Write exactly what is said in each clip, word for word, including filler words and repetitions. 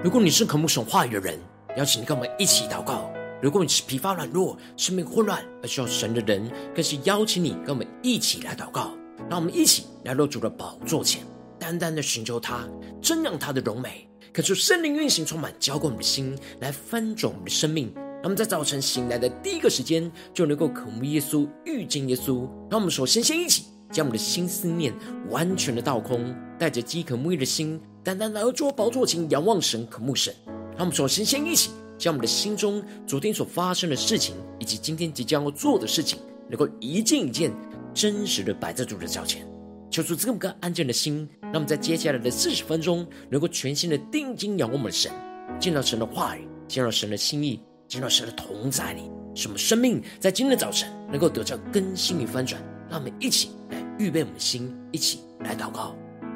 如果你是渴慕神话语的人，邀请你跟我们一起祷告。如果你是疲乏软弱、生命混乱而需要神的人，更是邀请你跟我们一起来祷告。让我们一起来到主的宝座前，单单的寻求他，瞻仰他的荣美，恳求圣灵运行充满，浇灌我们的心，来翻转我们的生命。让我们在早晨醒来的第一个时间，就能够渴慕耶稣，遇见耶稣。让我们首先先一起将我们的心思念完全的倒空，带着饥渴沐浴的心，单单来到主的宝座前，仰望神，渴慕神。让我们首先先一起将我们的心中昨天所发生的事情，以及今天即将要做的事情，能够一件一件真实的摆在主的脚前，求主这么个安静的心，让我们在接下来的四十分钟，能够全心的定睛仰望我们的神，见到神的话语，见到神的心意，见到神的同在里，使我们生命在今天的早晨能够得到更新与翻转。让我们一起来预备我们的心，一起来祷告。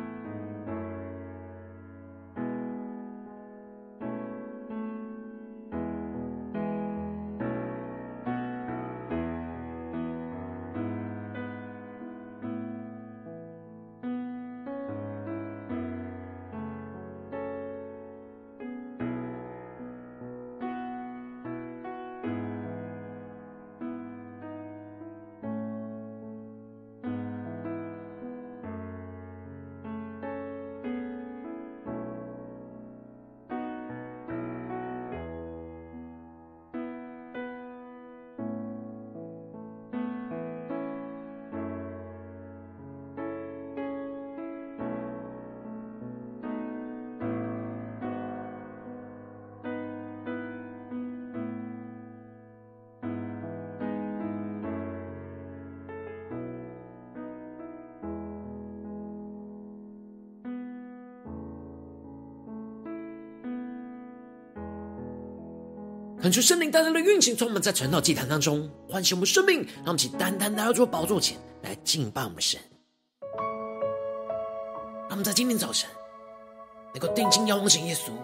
恳求圣灵单单的运行，从我们在传道祭坛当中唤醒我们生命，让我们一起单单来到主的宝座前来敬拜我们的神。让我们在今天早晨能够定睛仰望神耶稣，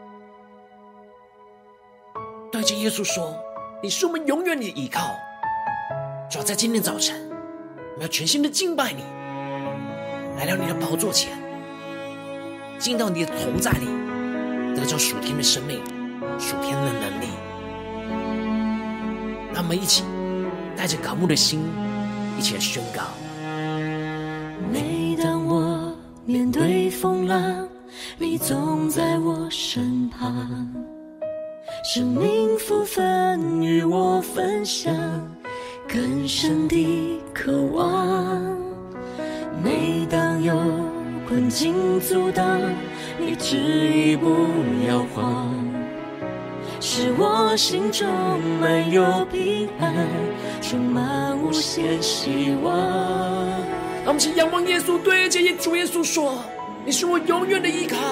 对着耶稣说：你是我们永远的依靠。主要在今天早晨，我们要全心的敬拜你，来到你的宝座前，进到你的同在里，得着属天的生命，属天的能力。让我们一起带着渴慕的心，一起来宣告。 每当我面对风浪，你总在我身旁，生命福分与我分享，更深的渴望。每当有困境阻挡，你执意不摇晃，使我心中满有平安，充满无限希望。 让我们一起仰望耶稣，对着主耶稣说：你是我永远的依靠。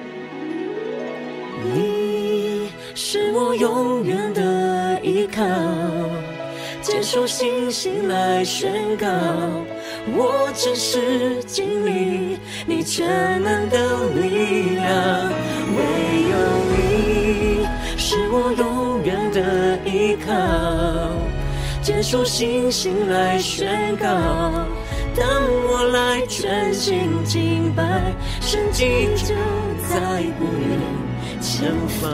你是我永远的依靠，接受信心来宣告，我真实经历你全能的力量。唯有你是我永远的依靠，接受信心来宣告，当我来全心敬拜，神迹就在不远前方。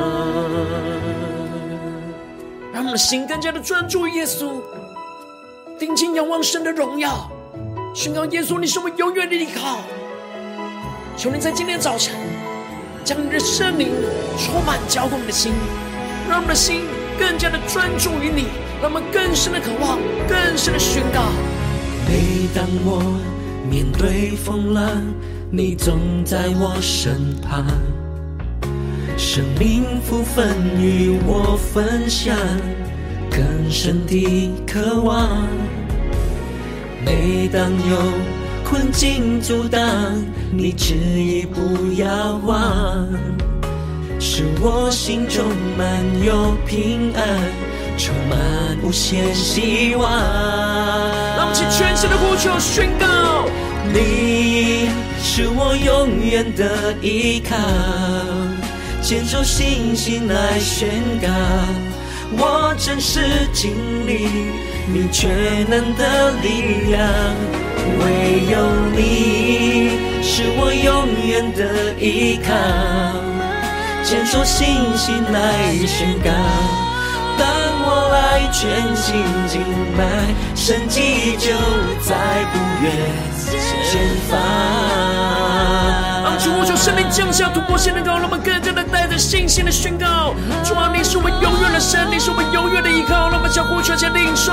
让我们的心更加的专注耶稣，定睛仰望神的荣耀，宣告耶稣你是我们永远的依靠。求你在今天早晨将你的圣灵充满浇灌我们的心，让我们的心更加的专注于你，让我们更深的渴望，更深的宣告。 每当我面对风浪，你总在我身旁，生命福分与我分享，更深的渴望。每当有困境阻挡，你执意不要忘，使我心中满有平安，充满无限希望。 让我们一起全心的呼求宣告： 你是我永远的依靠，坚守信心来宣告，我真实经历你全能的力量。唯有你是我永远的依靠， 坚守信心来宣告。当我来全心敬拜，神迹就在不远前方。 让主求圣灵降下突破性的高，让我们更加的带着信心的宣告：主啊，你是我们永远的神，你是我们永远的依靠。让我们相互全心领受。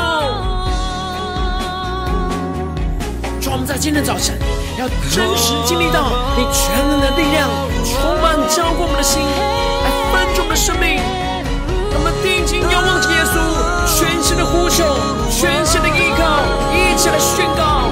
主啊，我们在今天早晨要真实经历到你全能的力量，充满浇灌我们的心，来翻转我们的生命。让我们定睛仰望着耶稣，全心的呼求，全心的依靠，一起来宣告：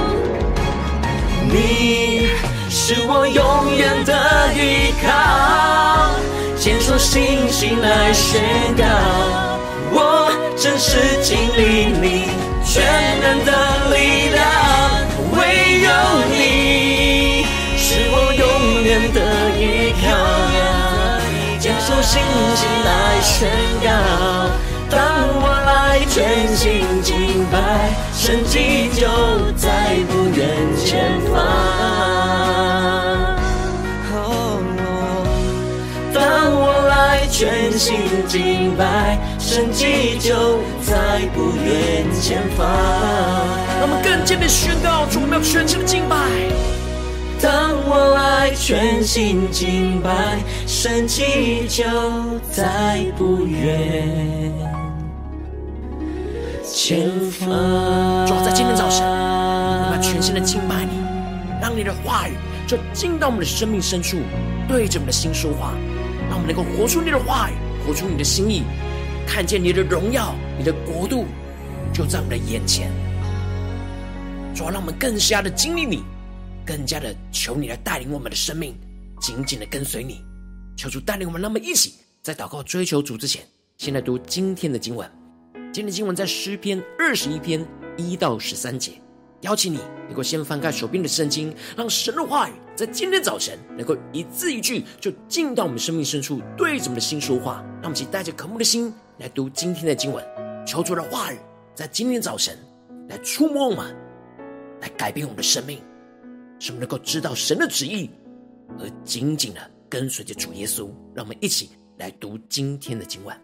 你是我永远的依靠，坚守信心来宣告。我真实经历你全能的力量，唯有你是我永远的依靠，坚守信心来宣告。当我来全心敬拜，神迹就在不远前方。当我来全心敬拜，神迹就在不远前方。 让我们更坚定宣告：主，我们要全心的敬拜。 当我来全心敬拜，神迹就在不远前方。 主啊，在今天早晨，我们要全心的敬拜你，让你的话语就进到我们的生命深处，对着我们的心说话，让我们能够活出你的话语，活出你的心意，看见你的荣耀，你的国度就在我们的眼前。主啊，让我们更加的经历你，更加的求你来带领我们的生命，紧紧的跟随你。求主带领我们，让我们一起在祷告追求主之前，先来读今天的经文。今天的经文在诗篇二十一篇一到十三节。邀请你能够先翻开手边的圣经，让神的话语在今天早晨能够一字一句就进到我们生命深处，对着我们的心说话。让我们一起带着渴慕的心来读今天的经文，求主的话语在今天早晨来触摸我们，来改变我们的生命，使我们能够知道神的旨意，而紧紧的跟随着主耶稣。让我们一起来读今天的经文。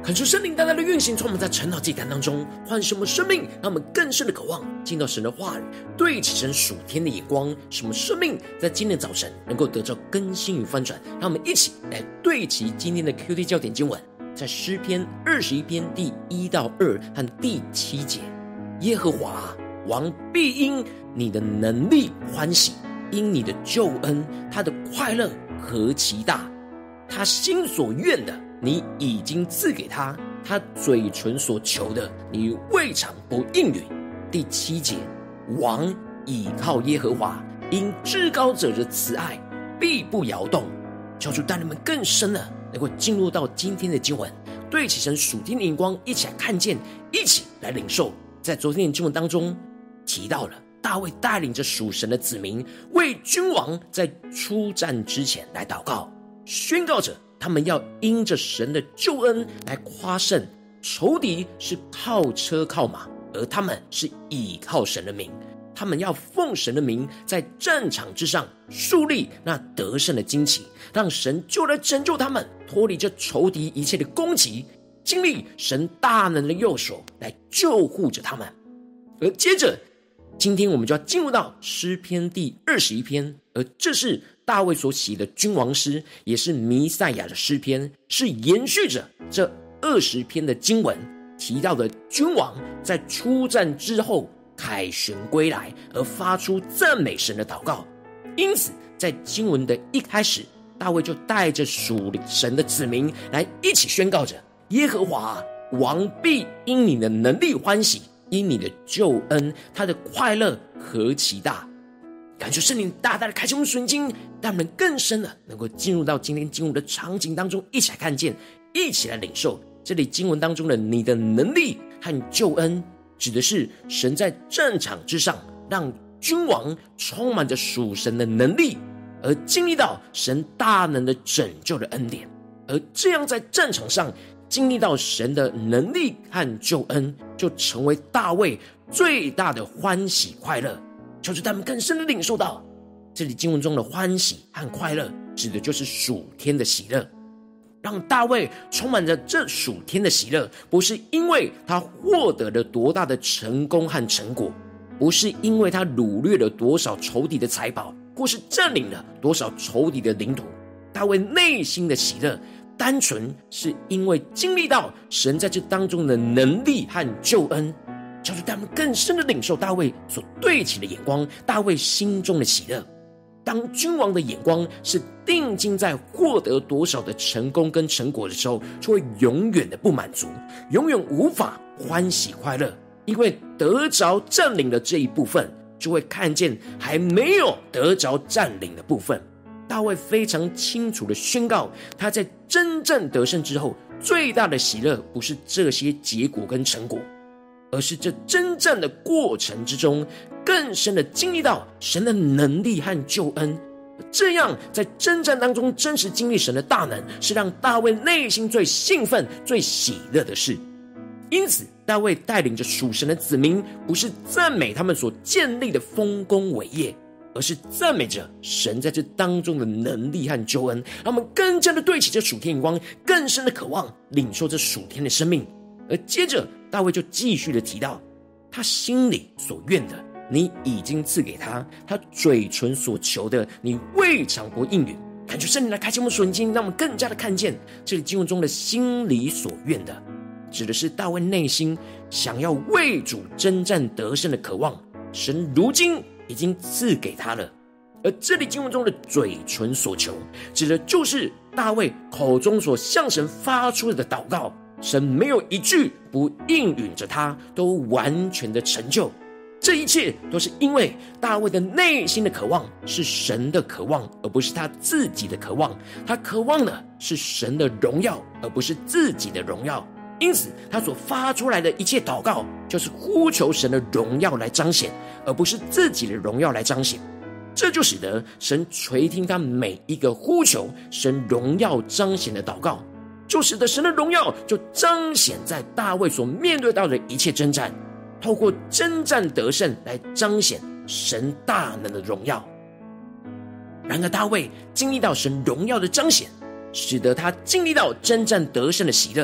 恳求圣灵大大的运行，从我们在晨祷祭坛当中唤醒我们生命，让我们更深的渴望进到神的话语，对齐神属天的眼光，使我们生命在今天早晨能够得到更新与翻转。让我们一起来对齐今天的 Q T 焦点经文，在诗篇二十一篇第一到二和第七节。耶和华啊，王必因你的能力欢喜，因你的救恩，他的快乐何其大！他心所愿的，你已经赐给他；他嘴唇所求的，你未尝不应允。第七节，王倚靠耶和华，因至高者的慈爱必不摇动。求主带你们更深的能够进入到今天的经文，对齐神属天的眼光，一起来看见，一起来领受。在昨天的经文当中提到了大卫带领着属神的子民，为君王在出战之前来祷告，宣告着他们要因着神的救恩来夸胜，仇敌是靠车靠马，而他们是倚靠神的名。他们要奉神的名在战场之上树立那得胜的旌旗，让神就来拯救他们，脱离这仇敌一切的攻击，经历神大能的右手来救护着他们。而接着今天我们就要进入到诗篇第二十一篇，而这是大卫所写的君王诗，也是弥赛亚的诗篇，是延续着这二十篇的经文提到的君王在出战之后凯旋归来而发出赞美神的祷告。因此在经文的一开始，大卫就带着属神的子民来一起宣告着，耶和华王必因你的能力欢喜，因你的救恩，他的快乐何其大！感谢圣灵大大的开启我们属灵经，让我们更深的能够进入到今天经文的场景当中，一起来看见，一起来领受。这里经文当中的你的能力和救恩，指的是神在战场之上让君王充满着属神的能力，而经历到神大能的拯救的恩典。而这样在战场上经历到神的能力和救恩，就成为大卫最大的欢喜快乐。求主他们更深的领受到，这里经文中的欢喜和快乐指的就是属天的喜乐。让大卫充满着这属天的喜乐，不是因为他获得了多大的成功和成果，不是因为他掳掠了多少仇敌的财宝，或是占领了多少仇敌的领土。大卫内心的喜乐单纯是因为经历到神在这当中的能力和救恩，叫出他们更深的领受大卫所对齐的眼光，大卫心中的喜乐。当君王的眼光是定睛在获得多少的成功跟成果的时候，就会永远的不满足，永远无法欢喜快乐，因为得着占领的这一部分，就会看见还没有得着占领的部分。大卫非常清楚的宣告，他在真正得胜之后，最大的喜乐不是这些结果跟成果，而是这真正的过程之中，更深的经历到神的能力和救恩。这样在征战当中真实经历神的大能，是让大卫内心最兴奋最喜乐的事。因此大卫带领着属神的子民，不是赞美他们所建立的丰功伟业，而是赞美着神在这当中的能力和救恩，让我们更加的对齐这属天眼光，更深的渴望领受这属天的生命。而接着大卫就继续的提到，他心里所愿的你已经赐给他，他嘴唇所求的你未尝不应允。感觉圣灵来开启我们属灵经，让我们更加的看见这里经文中的心里所愿的，指的是大卫内心想要为主征战得胜的渴望，神如今已经赐给他了。而这里经文中的嘴唇所求，指的就是大卫口中所向神发出的祷告，神没有一句不应允着他，都完全的成就。这一切都是因为大卫的内心的渴望是神的渴望，而不是他自己的渴望。他渴望的是神的荣耀，而不是自己的荣耀。因此他所发出来的一切祷告，就是呼求神的荣耀来彰显，而不是自己的荣耀来彰显。这就使得神垂听他每一个呼求神荣耀彰显的祷告，就使得神的荣耀就彰显在大卫所面对到的一切征战，透过征战得胜来彰显神大能的荣耀。然而大卫经历到神荣耀的彰显，使得他经历到征战得胜的喜乐，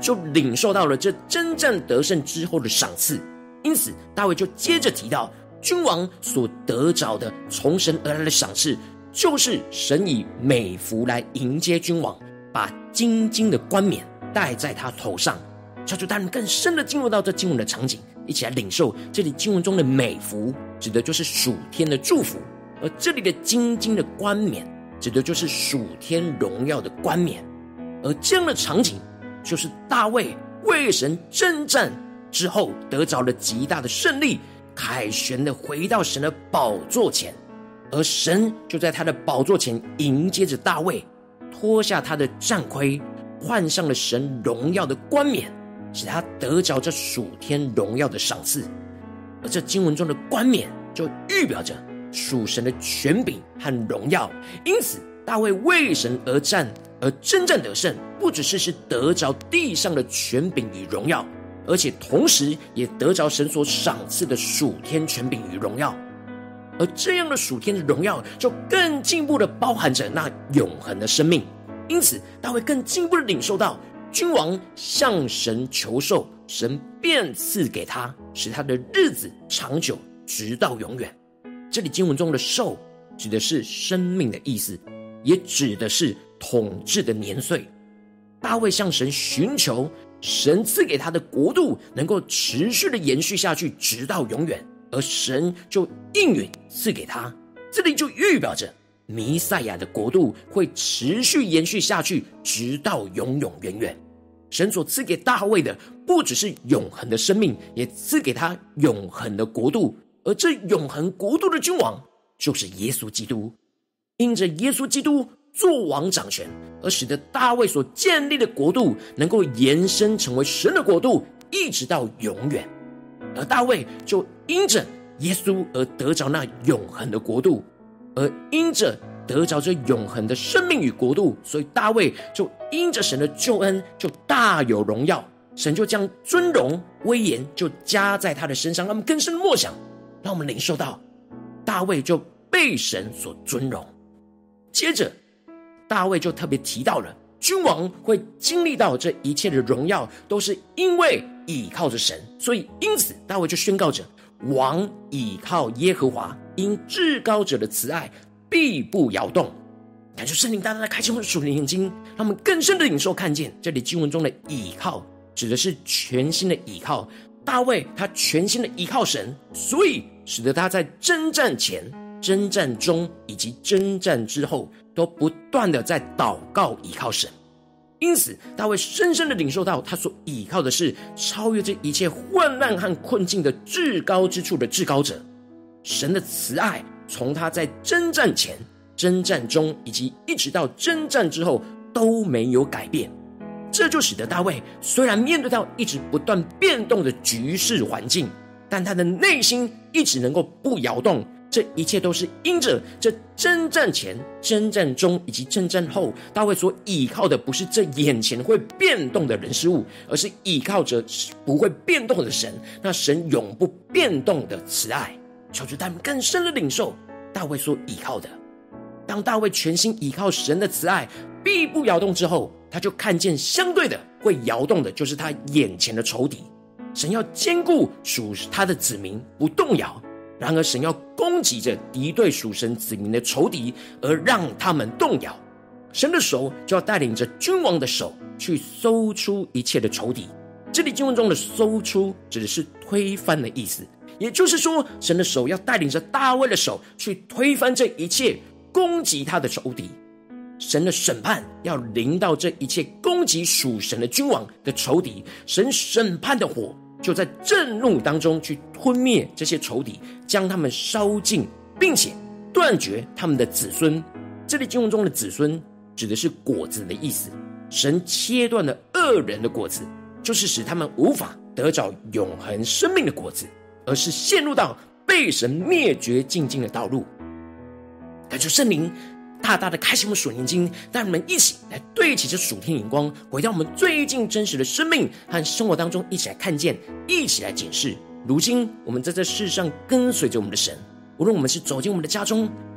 就领受到了这征战得胜之后的赏赐。因此大卫就接着提到，君王所得着的从神而来的赏赐，就是神以美福来迎接君王，把金金的冠冕戴在他头上。求主带人更深的进入到这经文的场景，一起来领受这里经文中的美福，指的就是属天的祝福，而这里的金金的冠冕，指的就是属天荣耀的冠冕。而这样的场景，就是大卫为神征战之后得着了极大的胜利，凯旋的回到神的宝座前，而神就在他的宝座前迎接着大卫，脱下他的战盔，换上了神荣耀的冠冕，使他得着这属天荣耀的赏赐。而这经文中的冠冕就预表着属神的权柄和荣耀。因此大卫为神而战而征战得胜，不只是是得着地上的权柄与荣耀，而且同时也得着神所赏赐的属天权柄与荣耀。而这样的属天的荣耀就更进一步的包含着那永恒的生命。因此大卫更进一步的领受到，君王向神求寿，神便赐给他，使他的日子长久，直到永远。这里经文中的寿指的是生命的意思，也指的是统治的年岁。大卫向神寻求，神赐给他的国度能够持续的延续下去，直到永远，而神就应允赐给他。这里就预表着弥赛亚的国度会持续延续下去，直到永永远远。神所赐给大卫的不只是永恒的生命，也赐给他永恒的国度，而这永恒国度的君王就是耶稣基督。因着耶稣基督作王掌权，而使得大卫所建立的国度能够延伸成为神的国度，一直到永远。而大卫就因着耶稣而得着那永恒的国度，而因着得着这永恒的生命与国度，所以大卫就因着神的救恩就大有荣耀，神就将尊荣威严就加在他的身上。让我们更深的默想，让我们领受到大卫就被神所尊荣。接着大卫就特别提到了，君王会经历到这一切的荣耀，都是因为倚靠着神。所以因此大卫就宣告着，王倚靠耶和华，因至高者的慈爱必不摇动。感谢圣灵大大的开启我们属灵眼睛，让我们更深的领受看见，这里经文中的倚靠指的是全心的倚靠。大卫他全心的倚靠神，所以使得他在征战前、征战中以及征战之后都不断的在祷告倚靠神。因此大卫深深的领受到，他所倚靠的是超越这一切患难和困境的至高之处的至高者。神的慈爱从他在征战前、征战中以及一直到征战之后都没有改变。这就使得大卫虽然面对到一直不断变动的局势环境，但他的内心一直能够不摇动。这一切都是因着这征战前、征战中以及征战后，大卫所倚靠的不是这眼前会变动的人事物，而是倚靠着不会变动的神，那神永不变动的慈爱。求主带我们更深的领受大卫所倚靠的。当大卫全心倚靠神的慈爱必不摇动之后，他就看见相对的会摇动的就是他眼前的仇敌。神要坚固属他的子民不动摇，然而神要攻击着敌对属神子民的仇敌，而让他们动摇。神的手就要带领着君王的手去搜出一切的仇敌。这里经文中的搜出指的是推翻的意思，也就是说神的手要带领着大卫的手去推翻这一切攻击他的仇敌。神的审判要临到这一切攻击属神的君王的仇敌，神审判的火就在震怒当中去吞灭这些仇敌，将他们烧尽，并且断绝他们的子孙。这里经文中的子孙指的是果子的意思，神切断了恶人的果子，就是使他们无法得着永恒生命的果子，而是陷入到被神灭绝尽尽的道路。感谢圣灵大大的开启我们属灵眼睛，带我们一起来对齐这属天眼光，回到我们最近真实的生命和生活当中，一起来看见，一起来检视。如今我们在这世上跟随着我们的神，无论我们是走进我们的家中，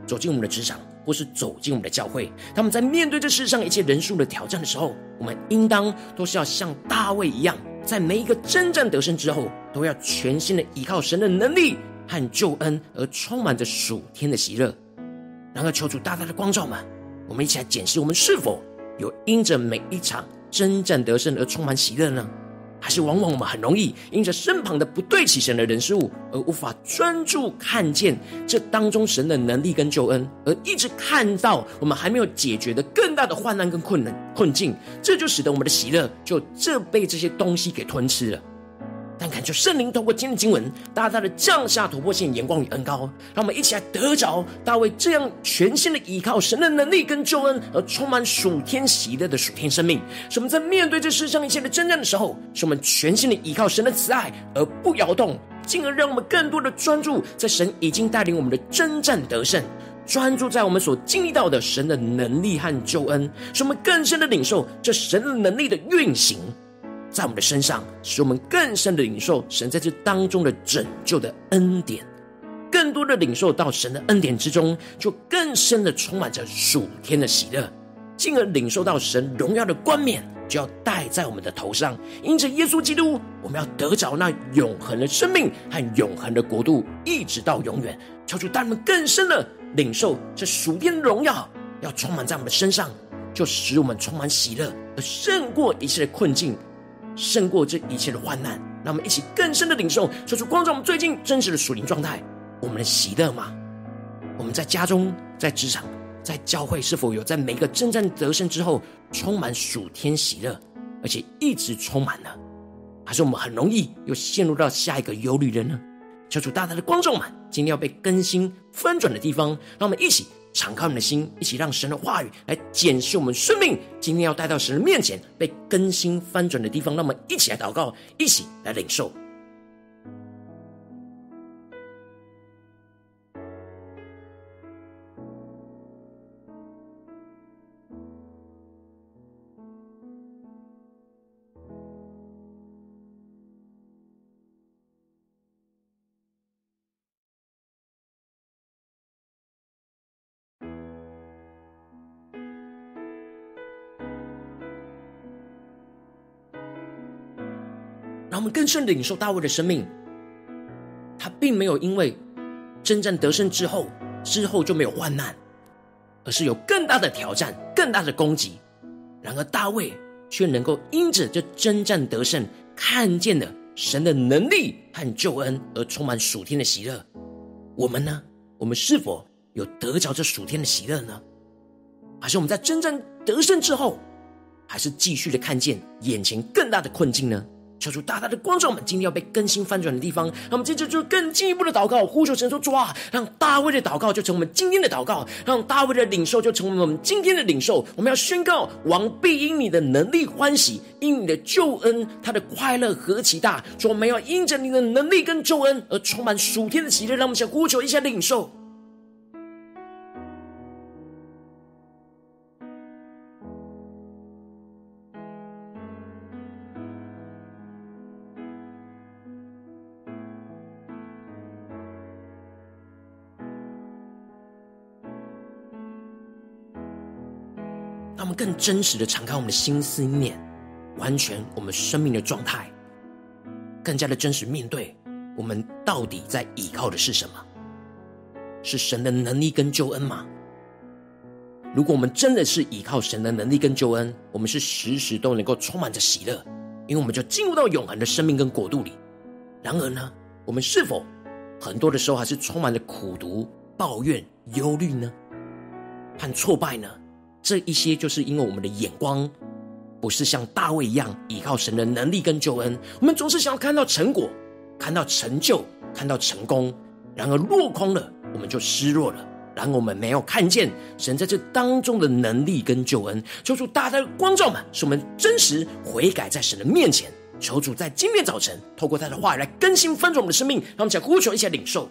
走进我们的职场，或是走进我们的教会，他们在面对这世上一切人数的挑战的时候，我们应当都是要像大卫一样，在每一个征战得胜之后，都要全心的依靠神的能力和救恩，而充满着属天的喜乐。然而求主大大的光照们，我们一起来检视，我们是否有因着每一场征战得胜而充满喜乐呢？还是往往我们很容易因着身旁的不对齐神的人事物，而无法专注看见这当中神的能力跟救恩，而一直看到我们还没有解决的更大的患难跟困难困境，这就使得我们的喜乐就这被这些东西给吞吃了。但恳求圣灵透过今天的经文，大大的降下突破性眼光与恩膏，让我们一起来得着大卫这样全心的依靠神的能力跟救恩，而充满属天喜乐的属天生命。使我们在面对这世上一切的征战的时候，使我们全心的依靠神的慈爱而不摇动，进而让我们更多的专注在神已经带领我们的征战得胜，专注在我们所经历到的神的能力和救恩，使我们更深的领受这神的能力的运行在我们的身上，使我们更深的领受神在这当中的拯救的恩典，更多的领受到神的恩典之中，就更深的充满着属天的喜乐，进而领受到神荣耀的冠冕就要戴在我们的头上。因着耶稣基督，我们要得着那永恒的生命和永恒的国度，一直到永远。求主带我们更深的领受这属天的荣耀要充满在我们的身上，就使我们充满喜乐，而胜过一切的困境，胜过这一切的患难。让我们一起更深的领受，求主光照我们最近真实的属灵状态。我们的喜乐吗？我们在家中、在职场、在教会，是否有在每一个征战得胜之后充满属天喜乐，而且一直充满呢？还是我们很容易又陷入到下一个忧虑了呢？求主大大的光照我们今天要被更新翻转的地方，让我们一起敞开我们的心，一起让神的话语来检视我们生命今天要带到神的面前被更新翻转的地方。让我们一起来祷告，一起来领受。让我们更深的领受大卫的生命，他并没有因为征战得胜之后之后就没有患难，而是有更大的挑战，更大的攻击。然而大卫却能够因着这征战得胜，看见了神的能力和救恩，而充满属天的喜乐。我们呢？我们是否有得着这属天的喜乐呢？还是我们在征战得胜之后，还是继续的看见眼前更大的困境呢？求主大大的光照我们今天要被更新翻转的地方。让我们接着就更进一步的祷告，呼求神说：主啊，让大卫的祷告就成我们今天的祷告，让大卫的领受就成为我们今天的领受。我们要宣告，王必因你的能力欢喜，因你的救恩他的快乐何其大。说我们要因着你的能力跟救恩而充满属天的喜乐。让我们想呼求一下领受。让我们更真实的敞开我们的心思念，完全我们生命的状态，更加的真实面对我们到底在依靠的是什么？是神的能力跟救恩吗？如果我们真的是依靠神的能力跟救恩，我们是时时都能够充满着喜乐，因为我们就进入到永恒的生命跟国度里。然而呢，我们是否很多的时候还是充满了苦毒、抱怨、忧虑呢？和挫败呢？这一些就是因为我们的眼光不是像大卫一样依靠神的能力跟救恩，我们总是想要看到成果，看到成就，看到成功，然而落空了，我们就失落了。然而我们没有看见神在这当中的能力跟救恩。求主大大的光照们，使我们真实悔改在神的面前。求主在今天早晨透过他的话语来更新翻转我们的生命。让我们想呼求一起来领受。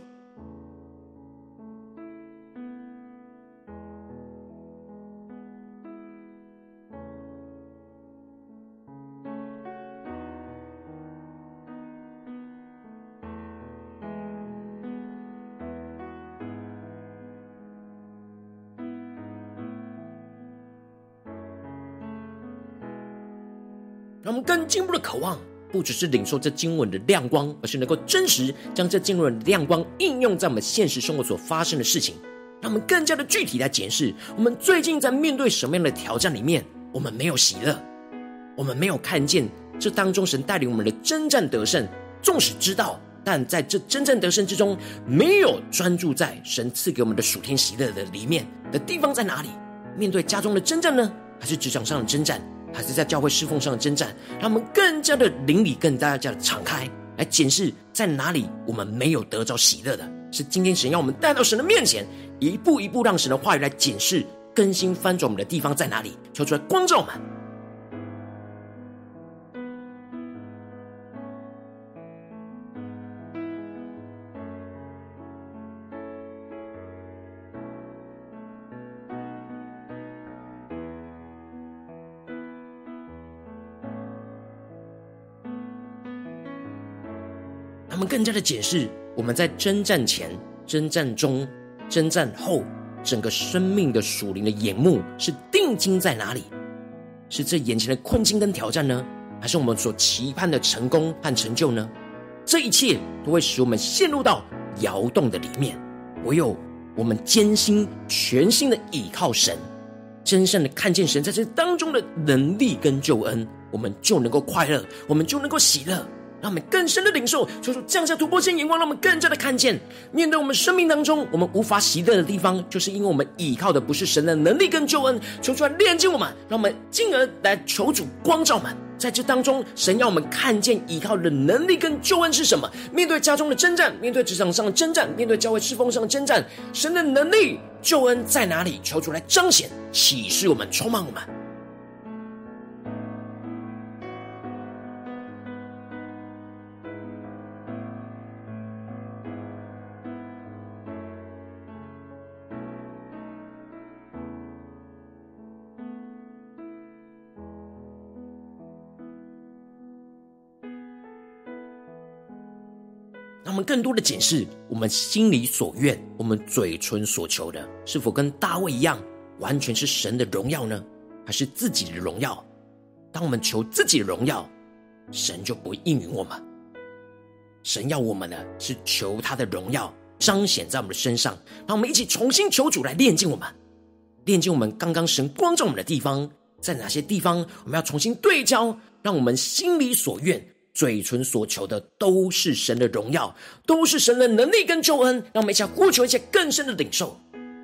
让我们更进一步的渴望，不只是领受这经文的亮光，而是能够真实将这经文的亮光应用在我们现实生活所发生的事情，让我们更加的具体来检视，我们最近在面对什么样的挑战里面，我们没有喜乐，我们没有看见这当中神带领我们的征战得胜，纵使知道，但在这征战得胜之中，没有专注在神赐给我们的属天喜乐的里面的地方在哪里？面对家中的征战呢，还是职场上的征战，还是在教会侍奉上的征战？让我们更加的灵里更加的敞开，来检视在哪里我们没有得着喜乐的，是今天神要我们带到神的面前，一步一步让神的话语来检视更新翻转我们的地方在哪里？求出来光照我们。他们更加的解释我们在征战前、征战中、征战后整个生命的属灵的眼目是定睛在哪里？是这眼前的困境跟挑战呢，还是我们所期盼的成功和成就呢？这一切都会使我们陷入到摇动的里面，唯有我们艰辛全心的倚靠神，真正的看见神在这当中的能力跟救恩，我们就能够快乐，我们就能够喜乐，让我们更深的领受，求主降下突破性眼光，让我们更加的看见，面对我们生命当中我们无法喜乐的地方，就是因为我们倚靠的不是神的能力跟救恩。求主来炼净我们，让我们进而来求主光照我们，在这当中神要我们看见倚靠的能力跟救恩是什么。面对家中的征战，面对职场上的征战，面对教会侍奉上的征战，神的能力救恩在哪里？求主来彰显启示我们，充满我们。让我们更多的检视我们心里所愿，我们嘴唇所求的，是否跟大卫一样，完全是神的荣耀呢？还是自己的荣耀？当我们求自己的荣耀，神就不会应允我们。神要我们的是求他的荣耀彰显在我们的身上。让我们一起重新求主来炼净我们，炼净我们刚刚神光照我们的地方，在哪些地方我们要重新对焦，让我们心里所愿嘴唇所求的都是神的荣耀，都是神的能力跟救恩。让我们一起呼求一些更深的领受。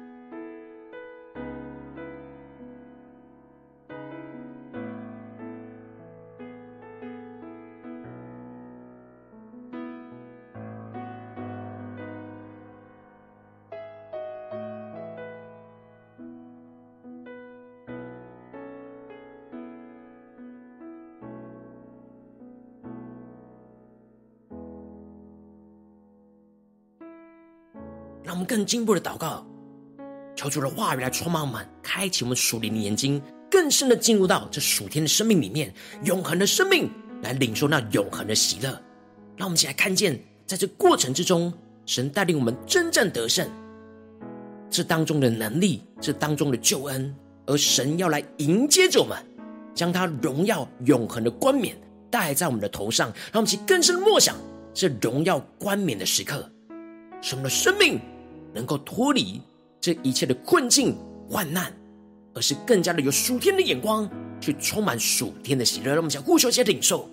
让我们更进一步的祷告，求主的话语来充满我们，开启我们属灵的眼睛，更深的进入到这属天的生命里面，永恒的生命来领受那永恒的喜乐。让我们一起来看见，在这过程之中，神带领我们征战得胜，这当中的能力，这当中的救恩，而神要来迎接着我们，将他荣耀永恒的冠冕戴在我们的头上。让我们一起更深的默想这荣耀冠冕的时刻，使我们的生命能够脱离这一切的困境患难，而是更加的有属天的眼光，去充满属天的喜乐。让我们想呼求一些领受。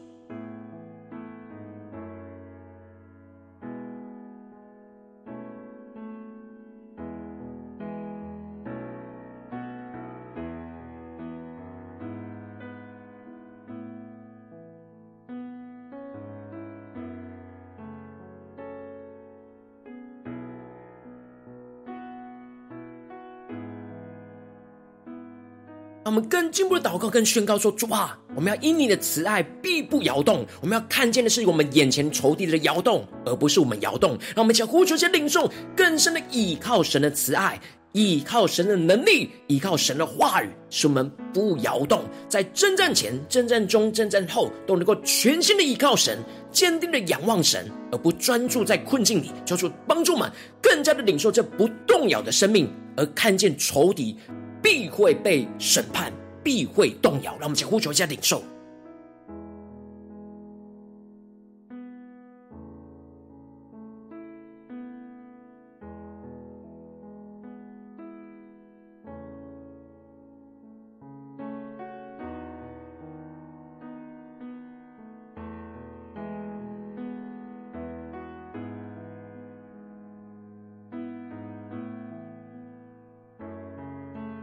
让我们更进一步的祷告跟宣告说，主啊，我们要因你的慈爱必不摇动，我们要看见的是我们眼前仇敌的摇动，而不是我们摇动。让我们一起呼求一些领受，更深的倚靠神的慈爱，倚靠神的能力，倚靠神的话语，使我们不摇动，在征战前、征战中、征战后都能够全心的倚靠神，坚定的仰望神，而不专注在困境里。求主帮助我们更加的领受这不动摇的生命，而看见仇敌必会被审判，必会动摇。让我们一起呼求一下领受。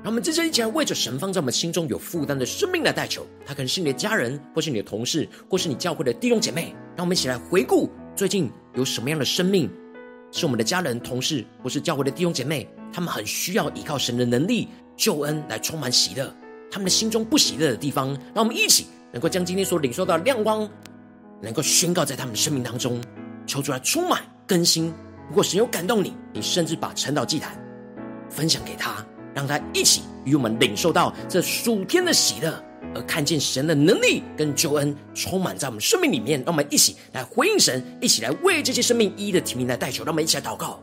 让我们接着一起来为着神放在我们心中有负担的生命来代求。他可能是你的家人，或是你的同事，或是你教会的弟兄姐妹。让我们一起来回顾最近有什么样的生命是我们的家人、同事或是教会的弟兄姐妹，他们很需要依靠神的能力救恩来充满喜乐，他们的心中不喜乐的地方，让我们一起能够将今天所领受到的亮光能够宣告在他们的生命当中，求主来充满更新。如果神有感动你，你甚至把晨祷祭坛分享给他，让他一起与我们领受到这属天的喜乐，而看见神的能力跟救恩充满在我们生命里面。让我们一起来回应神，一起来为这些生命一一的提名来代求。让我们一起来祷告。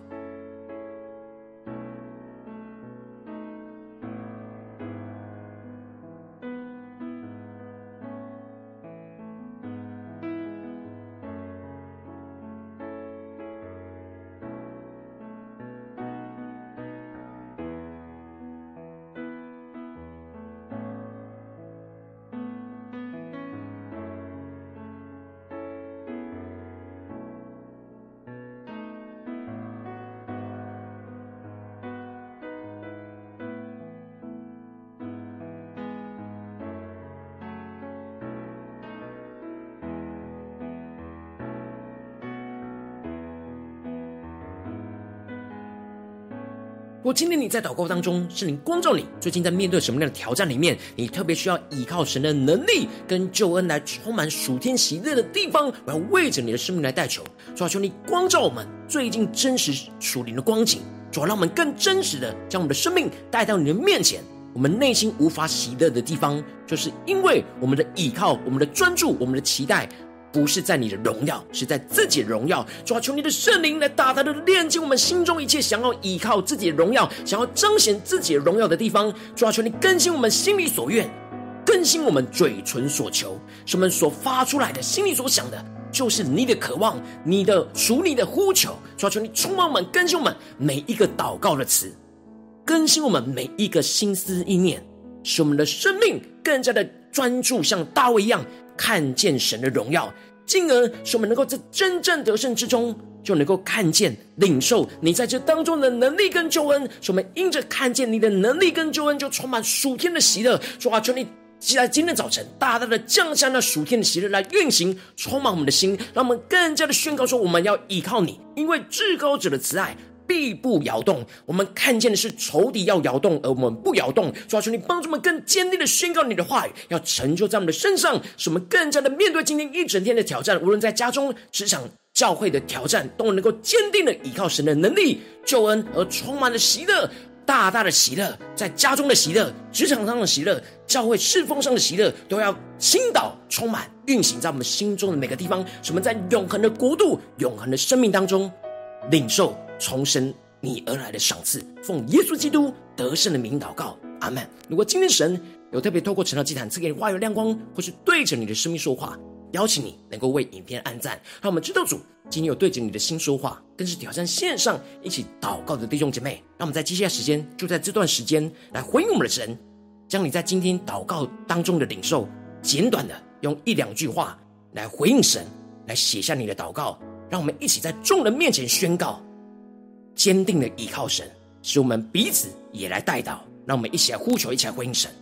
如果今天你在祷告当中，圣灵光照你最近在面对什么样的挑战里面，你特别需要依靠神的能力跟救恩来充满属天喜乐的地方，我要为着你的生命来代求。主啊，求你光照我们最近真实属灵的光景，主啊，让我们更真实的将我们的生命带到你的面前。我们内心无法喜乐的地方，就是因为我们的依靠、我们的专注、我们的期待不是在你的荣耀，是在自己的荣耀。主啊，求你的圣灵来大大的炼净我们心中一切想要依靠自己的荣耀、想要彰显自己的荣耀的地方。主啊，求你更新我们心里所愿，更新我们嘴唇所求，使我们所发出来的、心里所想的，就是你的渴望、你的属你的呼求。主啊，求你充满我们，更新我们每一个祷告的词，更新我们每一个心思意念，使我们的生命更加的专注，像大卫一样看见神的荣耀，进而使我们能够在真正得胜之中，就能够看见领受你在这当中的能力跟救恩。使我们因着看见你的能力跟救恩，就充满属天的喜乐。主啊，求你在今天早晨大大的降下那属天的喜乐来运行，充满我们的心，让我们更加的宣告说，我们要依靠你，因为至高者的慈爱必不摇动。我们看见的是仇敌要摇动，而我们不摇动。主啊，求你帮助我们更坚定的宣告你的话语，要成就在我们的身上，使我们更加的面对今天一整天的挑战，无论在家中、职场、教会的挑战，都能够坚定的依靠神的能力、救恩，而充满了喜乐，大大的喜乐，在家中的喜乐、职场上的喜乐、教会侍奉上的喜乐，都要倾倒、充满、运行在我们心中的每个地方，使我们在永恒的国度、永恒的生命当中领受从神你而来的赏赐。奉耶稣基督得胜的名祷告，阿们。如果今天神有特别透过晨祷祭坛赐给你话语亮光，或是对着你的生命说话，邀请你能够为影片按赞，让我们知道主今天有对着你的心说话，更是挑战线上一起祷告的弟兄姐妹。让我们在接下来时间，就在这段时间来回应我们的神，将你在今天祷告当中的领受简短的用一两句话来回应神，来写下你的祷告。让我们一起在众人面前宣告，坚定的依靠神，使我们彼此也来代祷。让我们一起来呼求，一起来回应神。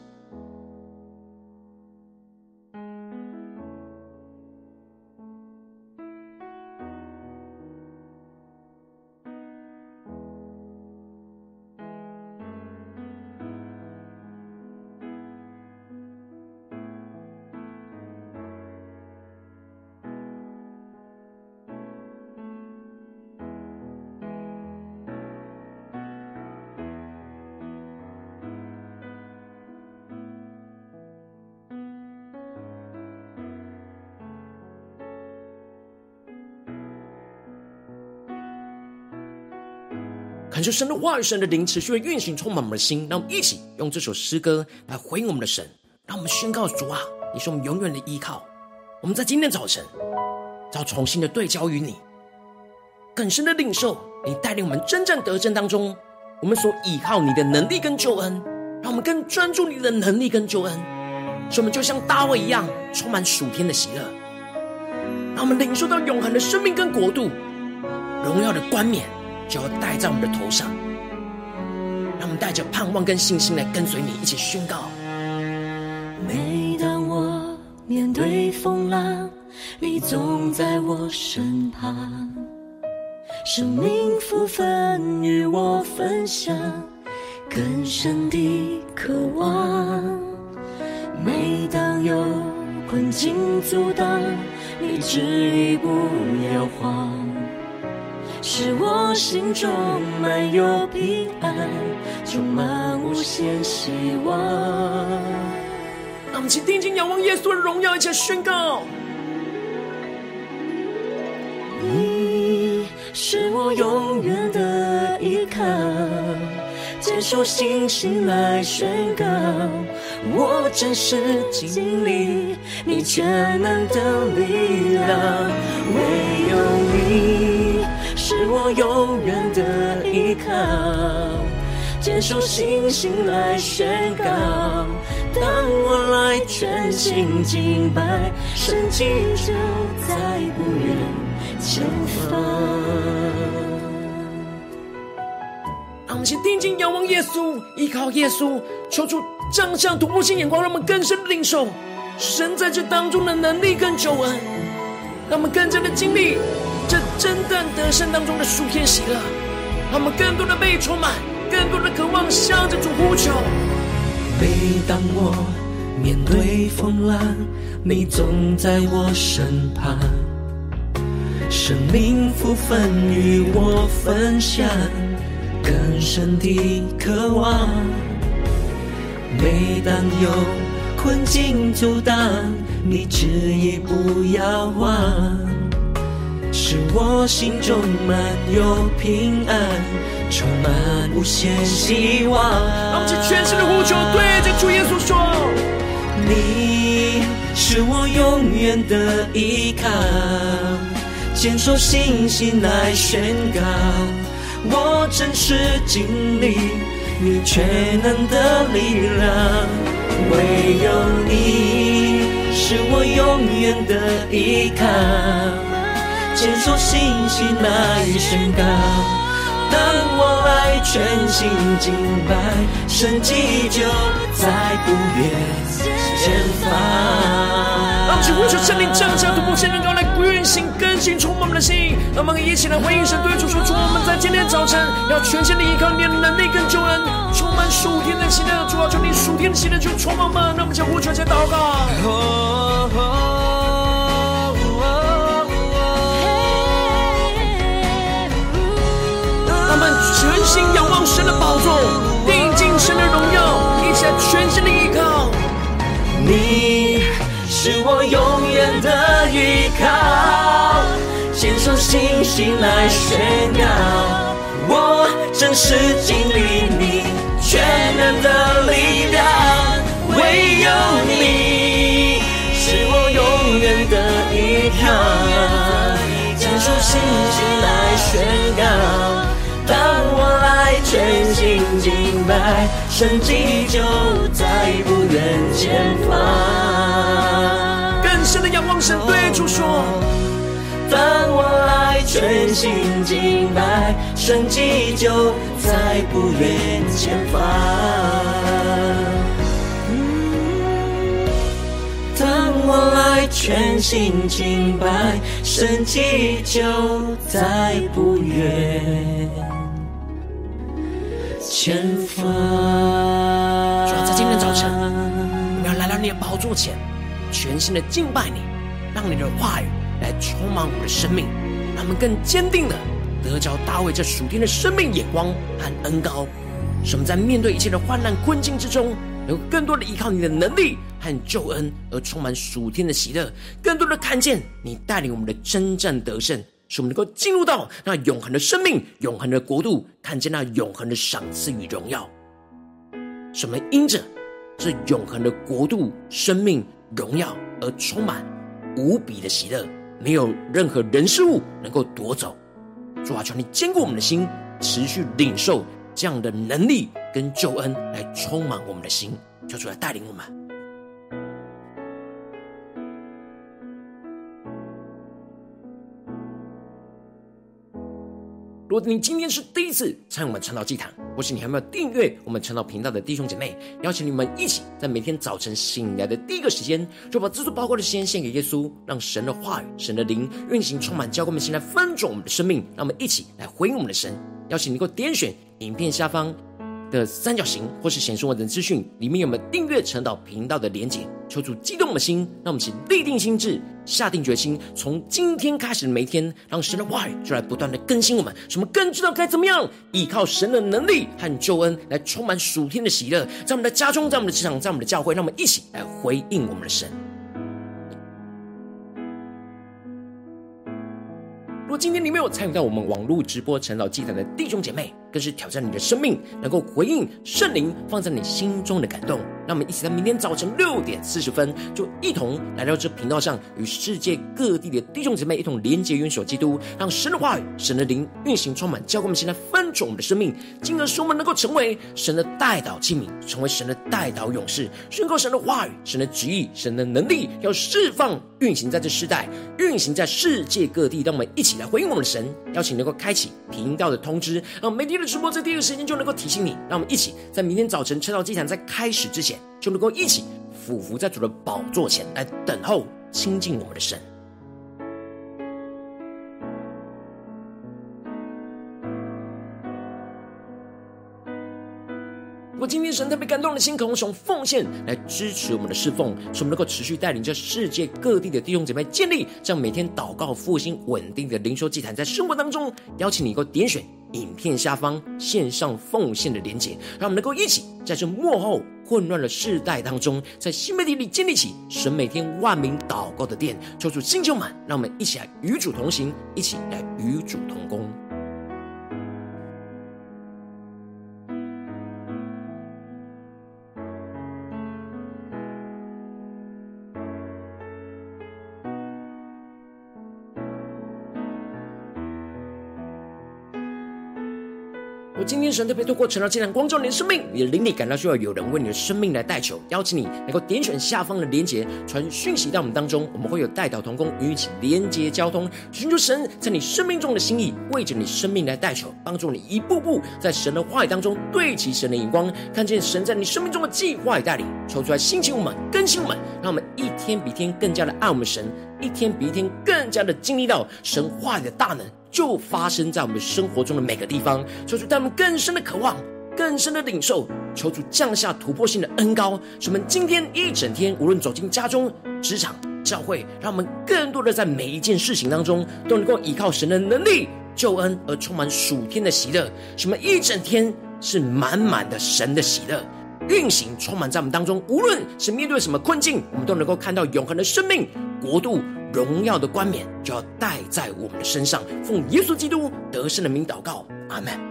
感受神的话语、神的灵持续的运行，充满我们的心。让我们一起用这首诗歌来回应我们的神，让我们宣告主啊，你是我们永远的依靠。我们在今天早晨要重新的对焦于你，更深的领受你带领我们真正得胜当中，我们所依靠你的能力跟救恩，让我们更专注你的能力跟救恩，使我们就像大卫一样充满属天的喜乐，让我们领受到永恒的生命跟国度，荣耀的冠冕就要戴在我们的头上。 让我们带着盼望跟信心来跟随你，一起宣告。 每当我面对风浪，你总在我身旁，生命福分与我分享，更深的渴望。每当有困境阻挡，你执意不摇晃，使我心中满有平安，充满无限希望。 让我们一起定睛仰望耶稣的荣耀，一起宣告。 你是我永远的依靠，接受信心来宣告，我真实经历你全能的力量。唯有你是我永远的依靠，接受信心来宣告，当我来全心敬拜，神迹就在不远前方。 让我们先定睛仰望耶稣，依靠耶稣，求主降下突破性眼光，让我们更深领受神在这当中的能力跟救恩，让我们更加的经历这真正得胜当中的属天喜乐，让我们更多的被充满，更多的渴望向着主呼求。 每当我面对风浪，你总在我身旁，生命福分与我分享，更深的渴望。每当有困境阻挡，你执意不要忘，使我心中满有平安，充满无限希望。 让我们去全心的呼求，对着主耶稣说： 你是我永远的依靠，坚守信心来宣告，我真实经历你全能的力量。唯有你是我永远的依靠，坚守信心来宣告，当我来全心敬拜，神迹就在不远前方。 让我们去呼求圣灵降下突破性人高来运行更新充满我们的心，让我们一起来回应神对主说：主，我们在今天早晨要全心的依靠你的能力跟救恩，充满属天的喜乐。主啊，求你属天的喜乐就充满我们。让我们将呼求，将祷告。让我们全心仰望神的宝座，定睛神的荣耀，一起来全心的依靠。 你是我永远的依靠，坚守信心来宣告，我真实经历你全能的力量。唯有你是我永远的依靠，坚守信心来宣告，当我来全心敬拜，神迹就在不远前方。 更深的仰望神，对主说： 当我来全心敬拜，神迹就在不远前方。当我来全心敬拜，神迹就在不远前方。 主啊，在今天早晨，我们要来到你的宝座前，全心的敬拜你，让你的话语来充满我们的生命，让我们更坚定的得着大卫这属天的生命眼光和恩膏，使我们在面对一切的患难困境之中，能够更多的依靠你的能力和救恩，而充满属天的喜乐，更多的看见你带领我们的征战得胜，使我们能够进入到那永恒的生命、永恒的国度，看见那永恒的赏赐与荣耀。使我们因着这永恒的国度、生命、荣耀而充满无比的喜乐，没有任何人事物能够夺走。主啊，求你坚固我们的心，持续领受这样的能力跟救恩来充满我们的心，求主来带领我们。 如果你今天是第一次参与我们晨祷祭坛，或是你还没有订阅我们晨祷频道的弟兄姐妹，邀请你们一起在每天早晨醒来的第一个时间，就把制作宝贵的时间献给耶稣，让神的话语、神的灵运行充满，教灌我们心来分盛我们的生命。让我们一起来回应我们的神。邀请你能够点选影片下方的三角形，或是显示我的资讯里面有没有订阅晨祷频道的连结，求主激动我们的心，让我们一起立定心志，下定决心，从今天开始的每一天，让神的话语就来不断的更新我们，使我们更知道该怎么样依靠神的能力和救恩来充满属天的喜乐，在我们的家中，在我们的职场，在我们的教会。让我们一起来回应我们的神。如果今天你没有参与到我们网络直播晨祷祭坛的弟兄姐妹，更是挑战你的生命，能够回应圣灵放在你心中的感动。让我们一起在明天早晨六点四十分，就一同来到这频道上，与世界各地的弟兄姐妹一同连结元首基督，让神的话语、神的灵运行充满，教灌我们现在分盛我们的生命，进而使我们能够成为神的代祷器皿，成为神的代祷勇士，宣告神的话语、神的旨意、神的能力，要释放运行在这世代，运行在世界各地。让我们一起来回应我们的神，邀请能够开启频道的通知，让每天的直播在第一个时间就能够提醒你。让我们一起在明天早晨晨祷祭坛在开始之前，就能够一起俯伏在主的宝座前来等候亲近我们的神。如果今天神特别感动的心，渴望从奉献来支持我们的侍奉，使我们能够持续带领着世界各地的弟兄姐妹建立这样每天祷告复兴稳定的灵修祭坛，在生活当中邀请你能够点选影片下方线上奉献的连结，让我们能够一起在这末后混乱的世代当中，在新媒体里建立起神每天万名祷告的殿，求主新旧满，让我们一起来与主同行，一起来与主同工。我今天神特别透过晨祷祭坛光照你的生命，你的灵里感到需要有人为你的生命来代求，邀请你能够点选下方的连结，传讯息到我们当中，我们会有代祷同工与你一起连结交通，寻求神在你生命中的心意，为着你生命来代求，帮助你一步步在神的话语当中对齐神的眼光，看见神在你生命中的计划与带领，抽出来兴起我们，更新我们，让我们一天比一天更加的爱我们神，一天比一天更加的经历到神话语的大能就发生在我们生活中的每个地方。求主带我们更深的渴望，更深的领受，求主降下突破性的恩膏，使我们今天一整天无论走进家中、职场、教会，让我们更多的在每一件事情当中都能够依靠神的能力、救恩而充满属天的喜乐，使我们一整天是满满的神的喜乐运行充满在我们当中。无论是面对什么困境，我们都能够看到永恒的生命国度荣耀的冠冕就要戴在我们的身上。奉耶稣基督得胜的名祷告，阿们。